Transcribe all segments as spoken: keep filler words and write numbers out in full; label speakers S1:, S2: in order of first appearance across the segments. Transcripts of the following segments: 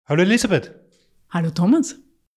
S1: Hallo Elisabeth.
S2: Hallo Thomas.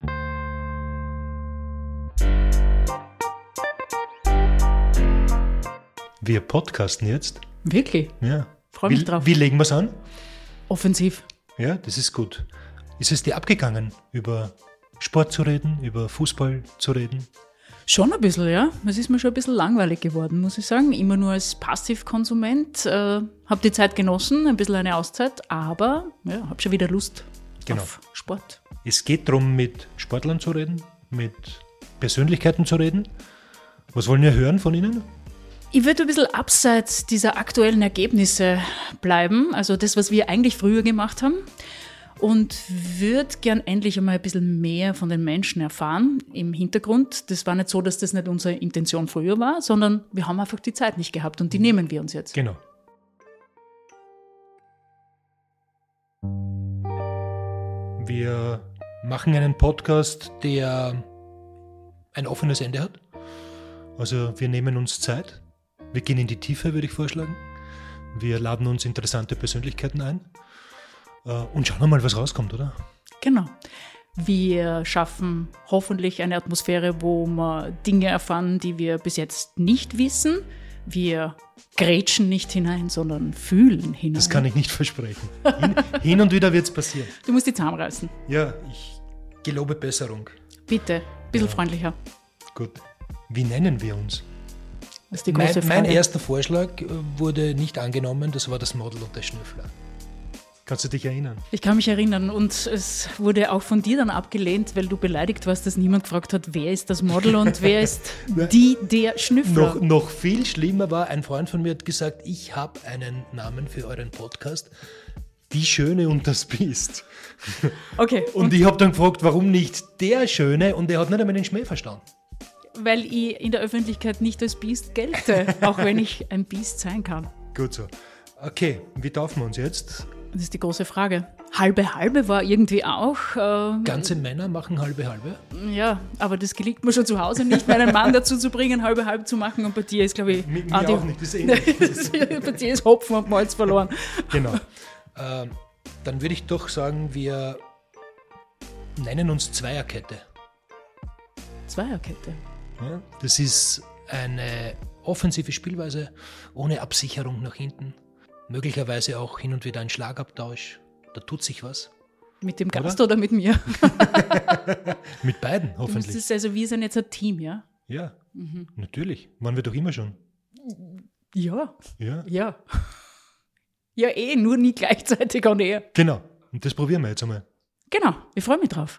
S1: Wir podcasten jetzt.
S2: Wirklich?
S1: Ja.
S2: Freue mich
S1: wie,
S2: drauf.
S1: Wie legen wir es an?
S2: Offensiv.
S1: Ja, das ist gut. Ist es dir abgegangen, über Sport zu reden, über Fußball zu reden?
S2: Schon ein bisschen, ja. Es ist mir schon ein bisschen langweilig geworden, muss ich sagen. Immer nur als Passivkonsument. Äh, habe die Zeit genossen, ein bisschen eine Auszeit, aber ja, habe schon wieder Lust
S1: Genau.
S2: auf Sport.
S1: Es geht darum, mit Sportlern zu reden, mit Persönlichkeiten zu reden. Was wollen wir hören von Ihnen?
S2: Ich würde ein bisschen abseits dieser aktuellen Ergebnisse bleiben, also das, was wir eigentlich früher gemacht haben. Und würde gern endlich einmal ein bisschen mehr von den Menschen erfahren im Hintergrund. Das war nicht so, dass das nicht unsere Intention früher war, sondern wir haben einfach die Zeit nicht gehabt und die nehmen wir uns jetzt.
S1: Genau. Wir machen einen Podcast, der ein offenes Ende hat. Also wir nehmen uns Zeit. Wir gehen in die Tiefe, würde ich vorschlagen. Wir laden uns interessante Persönlichkeiten ein. Und schauen wir mal, was rauskommt, oder?
S2: Genau. Wir schaffen hoffentlich eine Atmosphäre, wo wir Dinge erfahren, die wir bis jetzt nicht wissen. Wir grätschen nicht hinein, sondern fühlen hinein.
S1: Das kann ich nicht versprechen. Hin, hin und wieder wird es passieren.
S2: Du musst die zusammenreißen.
S1: Ja, ich gelobe Besserung.
S2: Bitte, ein bisschen ja. freundlicher.
S1: Gut. Wie nennen wir uns?
S2: Das ist die große
S1: mein,
S2: Frage.
S1: mein erster Vorschlag wurde nicht angenommen, das war das Model und der Schnüffler. Kannst du dich erinnern?
S2: Ich kann mich erinnern und es wurde auch von dir dann abgelehnt, weil du beleidigt warst, dass niemand gefragt hat, wer ist das Model und wer ist die, der Schnüffler.
S1: Noch, noch viel schlimmer war, ein Freund von mir hat gesagt, ich habe einen Namen für euren Podcast, Die Schöne und das Biest.
S2: Okay.
S1: Und, und ich habe dann gefragt, warum nicht der Schöne, und er hat nicht einmal den Schmäh verstanden.
S2: Weil ich in der Öffentlichkeit nicht als Biest gelte, auch wenn ich ein Biest sein kann.
S1: Gut so. Okay, wie taufen wir uns jetzt?
S2: Das ist die große Frage. Halbe Halbe war irgendwie auch... Ähm,
S1: Ganze Männer machen Halbe Halbe?
S2: Ja, aber das gelingt mir schon zu Hause nicht, meinen Mann dazu zu bringen, Halbe Halbe zu machen. Und bei dir ist, glaube ich...
S1: Mir, mir auch nicht, das ist eh nicht.
S2: Bei dir ist Hopfen und Malz verloren.
S1: Genau. Ähm, dann würde ich doch sagen, wir nennen uns Zweierkette.
S2: Zweierkette?
S1: Ja, das ist eine offensive Spielweise ohne Absicherung nach hinten. Möglicherweise auch hin und wieder ein Schlagabtausch. Da tut sich was.
S2: Mit dem Gast oder, oder mit mir?
S1: Mit beiden, hoffentlich.
S2: Das ist also, wir sind jetzt ein Team, ja?
S1: Ja, mhm. Natürlich. Waren wir doch immer schon.
S2: Ja.
S1: Ja.
S2: Ja. Ja, eh, nur nie gleichzeitig on air.
S1: Genau. Und das probieren wir jetzt einmal.
S2: Genau. Ich freue mich drauf.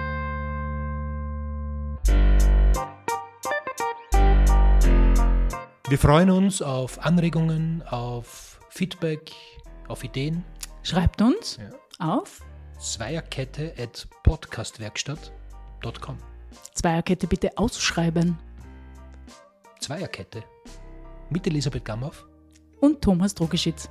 S1: Wir freuen uns auf Anregungen, auf Feedback, auf Ideen.
S2: Schreibt uns ja. auf
S1: Zweierkette at podcastwerkstatt punkt com.
S2: Zweierkette bitte ausschreiben.
S1: Zweierkette mit Elisabeth Gamhoff
S2: und Thomas Drogeschitz.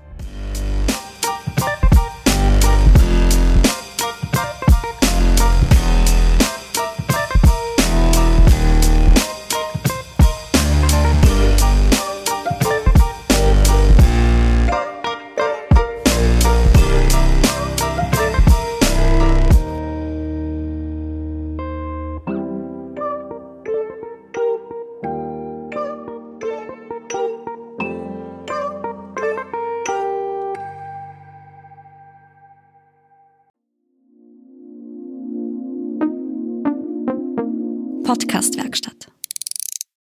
S3: Podcastwerkstatt.